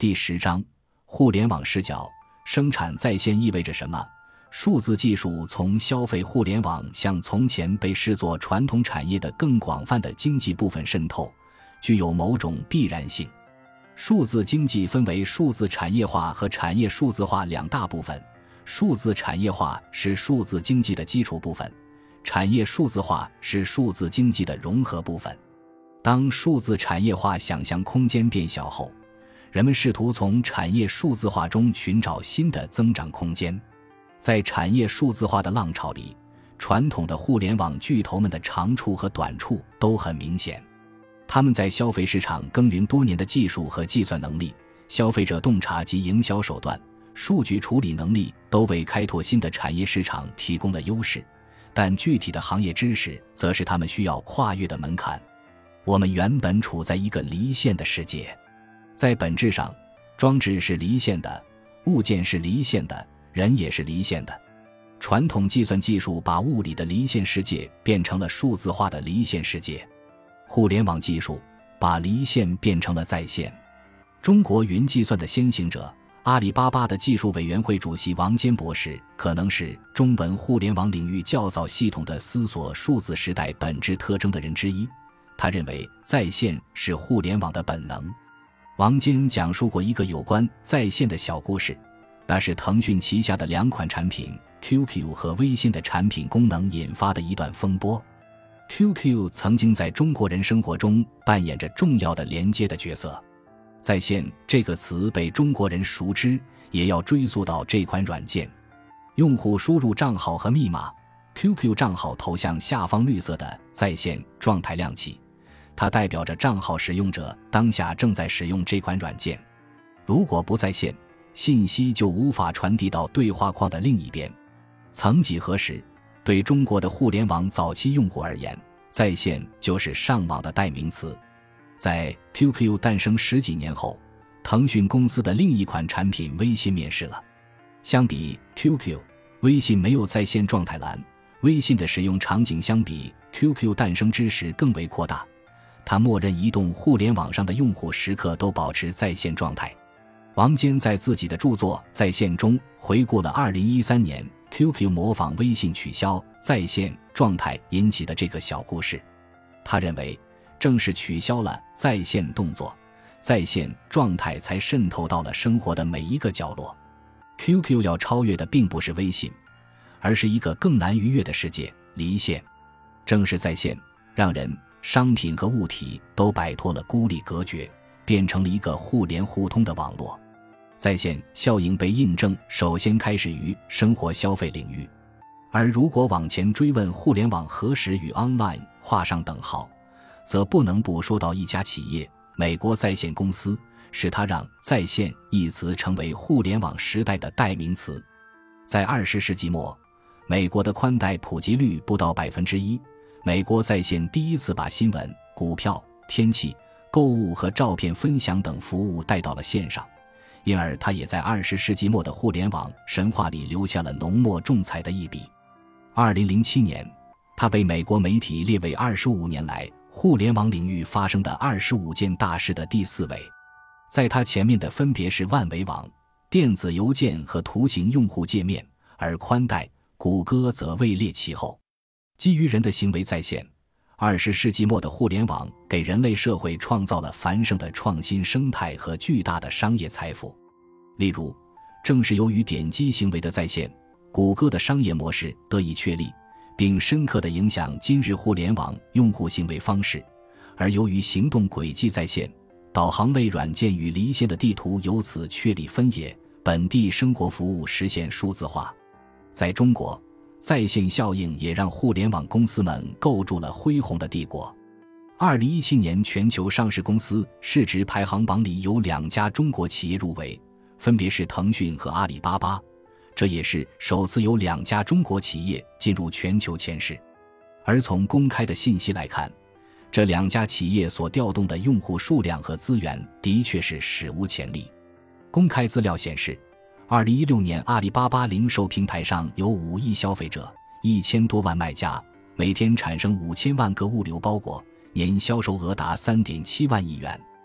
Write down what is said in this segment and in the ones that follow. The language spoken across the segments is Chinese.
第10章互联网视角，生产在线意味着什么？数字技术从消费互联网向从前被视作传统产业的更广泛的经济部分渗透，具有某种必然性。数字经济分为数字产业化和产业数字化两大部分，数字产业化是数字经济的基础部分，产业数字化是数字经济的融合部分。当数字产业化想象空间变小后，人们试图从产业数字化中寻找新的增长空间。在产业数字化的浪潮里，传统的互联网巨头们的长处和短处都很明显。他们在消费市场耕耘多年的技术和计算能力、消费者洞察及营销手段、数据处理能力都为开拓新的产业市场提供了优势，但具体的行业知识则是他们需要跨越的门槛。我们原本处在一个离线的世界，在本质上，装置是离线的，物件是离线的，人也是离线的。传统计算技术把物理的离线世界变成了数字化的离线世界，互联网技术把离线变成了在线。中国云计算的先行者，阿里巴巴的技术委员会主席王坚博士可能是中文互联网领域较早系统的思索数字时代本质特征的人之一。他认为在线是互联网的本能。王坚讲述过一个有关在线的小故事，那是腾讯旗下的两款产品 QQ 和微信的产品功能引发的一段风波。QQ 曾经在中国人生活中扮演着重要的连接的角色。在线这个词被中国人熟知，也要追溯到这款软件。用户输入账号和密码， QQ 账号头像下方绿色的在线状态亮起，它代表着账号使用者当下正在使用这款软件。如果不在线，信息就无法传递到对话框的另一边。曾几何时，对中国的互联网早期用户而言，在线就是上网的代名词。在 QQ 诞生10几年后，腾讯公司的另一款产品微信面世了。相比 QQ， 微信没有在线状态栏，微信的使用场景相比 QQ 诞生之时更为扩大，它默认移动互联网上的用户时刻都保持在线状态。王坚在自己的著作《在线》中回顾了2013年 QQ 模仿微信取消在线状态引起的这个小故事。他认为，正是取消了在线动作，在线状态才渗透到了生活的每一个角落。QQ 要超越的并不是微信，而是一个更难逾越的世界——离线。正是在线，让人、商品和物体都摆脱了孤立隔绝，变成了一个互联互通的网络。在线效应被印证首先开始于生活消费领域，而如果往前追问互联网何时与 online 画上等号，则不能不说到一家企业——美国在线公司，使它让在线一词成为互联网时代的代名词。在20世纪末，美国的宽带普及率不到1%，美国在线第一次把新闻、股票、天气、购物和照片分享等服务带到了线上，因而它也在20世纪末的互联网神话里留下了浓墨重彩的一笔。2007年，它被美国媒体列为25年来互联网领域发生的25件大事的第4位。在它前面的分别是万维网、电子邮件和图形用户界面，而宽带、谷歌则位列其后。基于人的行为在线，20世纪末的互联网给人类社会创造了繁盛的创新生态和巨大的商业财富。例如，正是由于点击行为的在线，谷歌的商业模式得以确立，并深刻地影响今日互联网用户行为方式。而由于行动轨迹在线，导航类软件与离线的地图由此确立分野，本地生活服务实现数字化。在中国，在线效应也让互联网公司们构筑了恢宏的帝国。2017年全球上市公司市值排行榜里有2家中国企业入围，分别是腾讯和阿里巴巴，这也是首次有2家中国企业进入全球前10。而从公开的信息来看，这2家企业所调动的用户数量和资源的确是史无前例。公开资料显示，2016年阿里巴巴零售平台上有5亿消费者，1000多万卖家，每天产生5000万个物流包裹，年销售额达3.7万亿元。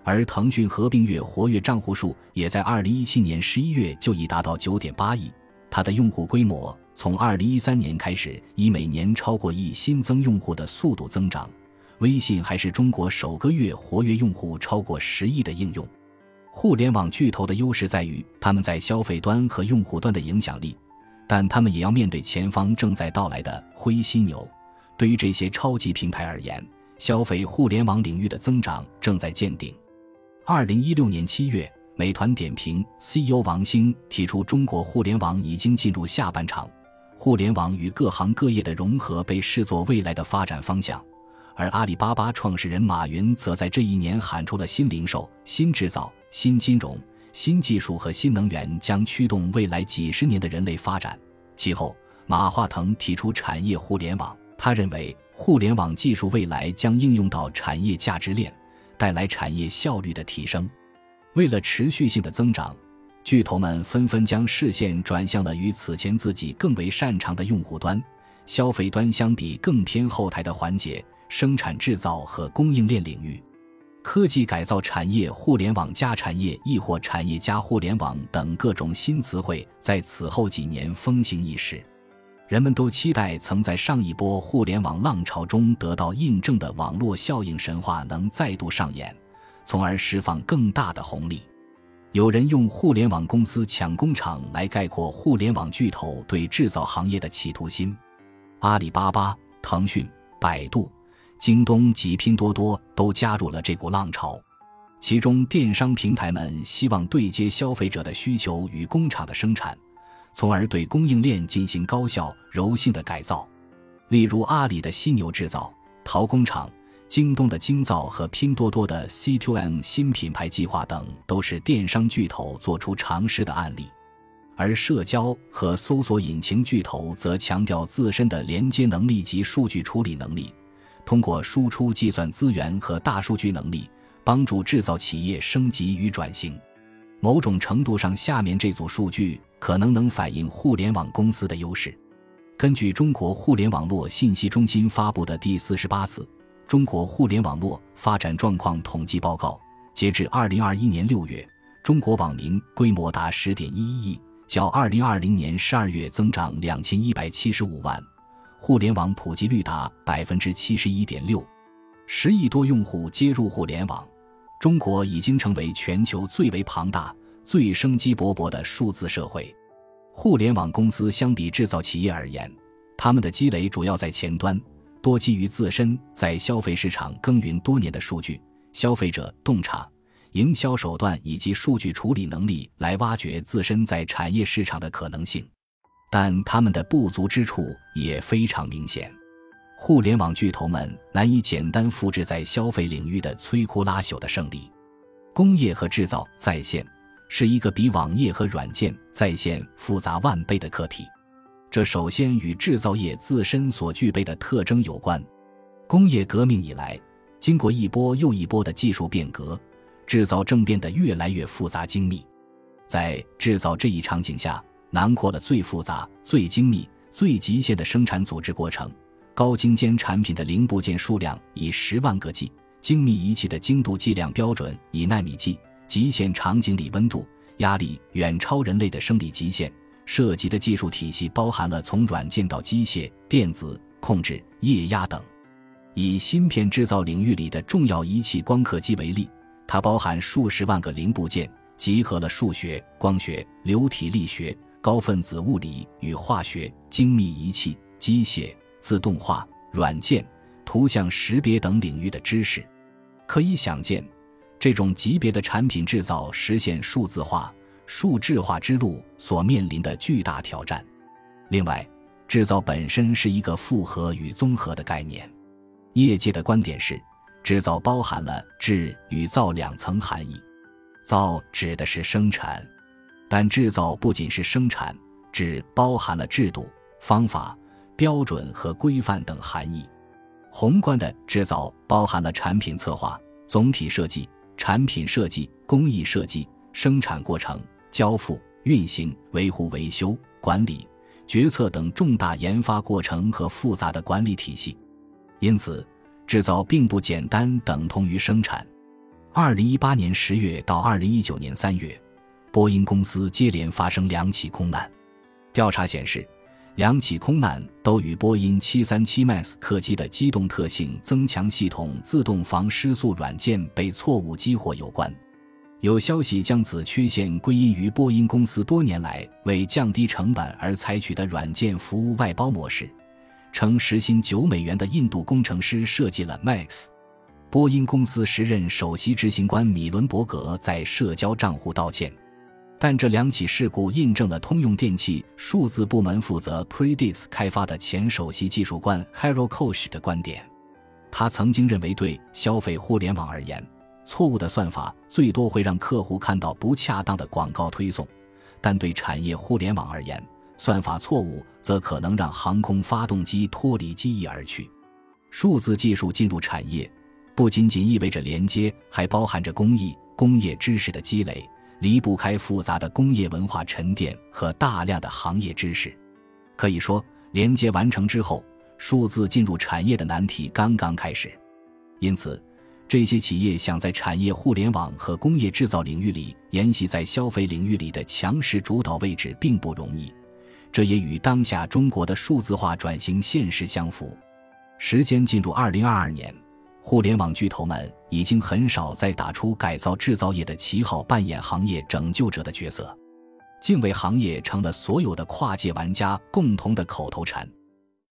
而腾讯合并月活跃账户数也在2017年11月就已达到 9.8 亿，它的用户规模从2013年开始以每年超过1亿新增用户的速度增长。微信还是中国首个月活跃用户超过10亿的应用。互联网巨头的优势在于他们在消费端和用户端的影响力，但他们也要面对前方正在到来的灰犀牛。对于这些超级平台而言，消费互联网领域的增长正在见顶。2016年7月，美团点评 CEO 王兴提出，中国互联网已经进入下半场，互联网与各行各业的融合被视作未来的发展方向。而阿里巴巴创始人马云则在这一年喊出了新零售、新制造、新金融、新技术和新能源将驱动未来几十年的人类发展。其后，马化腾提出产业互联网，他认为互联网技术未来将应用到产业价值链，带来产业效率的提升。为了持续性的增长，巨头们纷纷将视线转向了与此前自己更为擅长的用户端、消费端相比更偏后台的环节，生产制造和供应链领域。科技改造产业互联网加产业亦或产业加互联网等各种新词汇在此后几年风行一时。人们都期待曾在上一波互联网浪潮中得到印证的网络效应神话能再度上演，从而释放更大的红利。有人用互联网公司抢工厂来概括互联网巨头对制造行业的企图心。阿里巴巴、腾讯、百度、京东及拼多多都加入了这股浪潮，其中电商平台们希望对接消费者的需求与工厂的生产，从而对供应链进行高效柔性的改造。例如阿里的犀牛制造、淘工厂、京东的京造和拼多多的 C2M 新品牌计划等都是电商巨头做出尝试的案例。而社交和搜索引擎巨头则强调自身的连接能力及数据处理能力，通过输出计算资源和大数据能力，帮助制造企业升级与转型。某种程度上，下面这组数据可能反映互联网公司的优势。根据中国互联网络信息中心发布的第48次中国互联网络发展状况统计报告，截至2021年6月，中国网民规模达 10.11 亿，较2020年12月增长2175万，互联网普及率达 71.6%，10亿多用户接入互联网。中国已经成为全球最为庞大、最生机勃勃的数字社会。互联网公司相比制造企业而言，他们的积累主要在前端，多基于自身在消费市场耕耘多年的数据、消费者洞察、营销手段以及数据处理能力来挖掘自身在产业市场的可能性。但他们的不足之处也非常明显。互联网巨头们难以简单复制在消费领域的摧枯拉朽的胜利。工业和制造在线是一个比网页和软件在线复杂万倍的课题。这首先与制造业自身所具备的特征有关。工业革命以来，经过一波又一波的技术变革，制造正变得越来越复杂精密。在制造这一场景下，囊括了最复杂、最精密、最极限的生产组织过程，高精尖产品的零部件数量以10万个计，精密仪器的精度计量标准以纳米计，极限场景里温度、压力远超人类的生理极限，涉及的技术体系包含了从软件到机械、电子、控制、液压等。以芯片制造领域里的重要仪器光刻机为例，它包含数十万个零部件，集合了数学、光学、流体力学、高分子物理与化学、精密仪器、机械、自动化、软件、图像识别等领域的知识。可以想见，这种级别的产品制造实现数字化、数质化之路所面临的巨大挑战。另外，制造本身是一个复合与综合的概念。业界的观点是，制造包含了制与造两层含义。造指的是生产，但制造不仅是生产，制包含了制度、方法、标准和规范等含义。宏观的制造包含了产品策划、总体设计、产品设计、工艺设计、生产过程、交付、运行、维护维修、管理、决策等重大研发过程和复杂的管理体系。因此，制造并不简单等同于生产。 2018年10月到2019年3月，波音公司接连发生2起空难。调查显示，2起空难都与波音737 MAX 客机的机动特性增强系统自动防失速软件被错误激活有关。有消息将此缺陷归因于波音公司多年来为降低成本而采取的软件服务外包模式，称时薪$9的印度工程师设计了 MAX。 波音公司时任首席执行官米伦伯格在社交账户道歉，但这2起事故印证了通用电气数字部门负责 Predix 开发的前首席技术官 Harold Koch 的观点。他曾经认为，对消费互联网而言，错误的算法最多会让客户看到不恰当的广告推送，但对产业互联网而言，算法错误则可能让航空发动机脱离机翼而去。数字技术进入产业，不仅仅意味着连接，还包含着工业知识的积累，离不开复杂的工业文化沉淀和大量的行业知识。可以说，连接完成之后，数字进入产业的难题刚刚开始。因此，这些企业想在产业互联网和工业制造领域里沿袭在消费领域里的强势主导位置并不容易，这也与当下中国的数字化转型现实相符。时间进入2022年，互联网巨头们已经很少再打出改造制造业的旗号，扮演行业拯救者的角色。敬畏行业成了所有的跨界玩家共同的口头禅。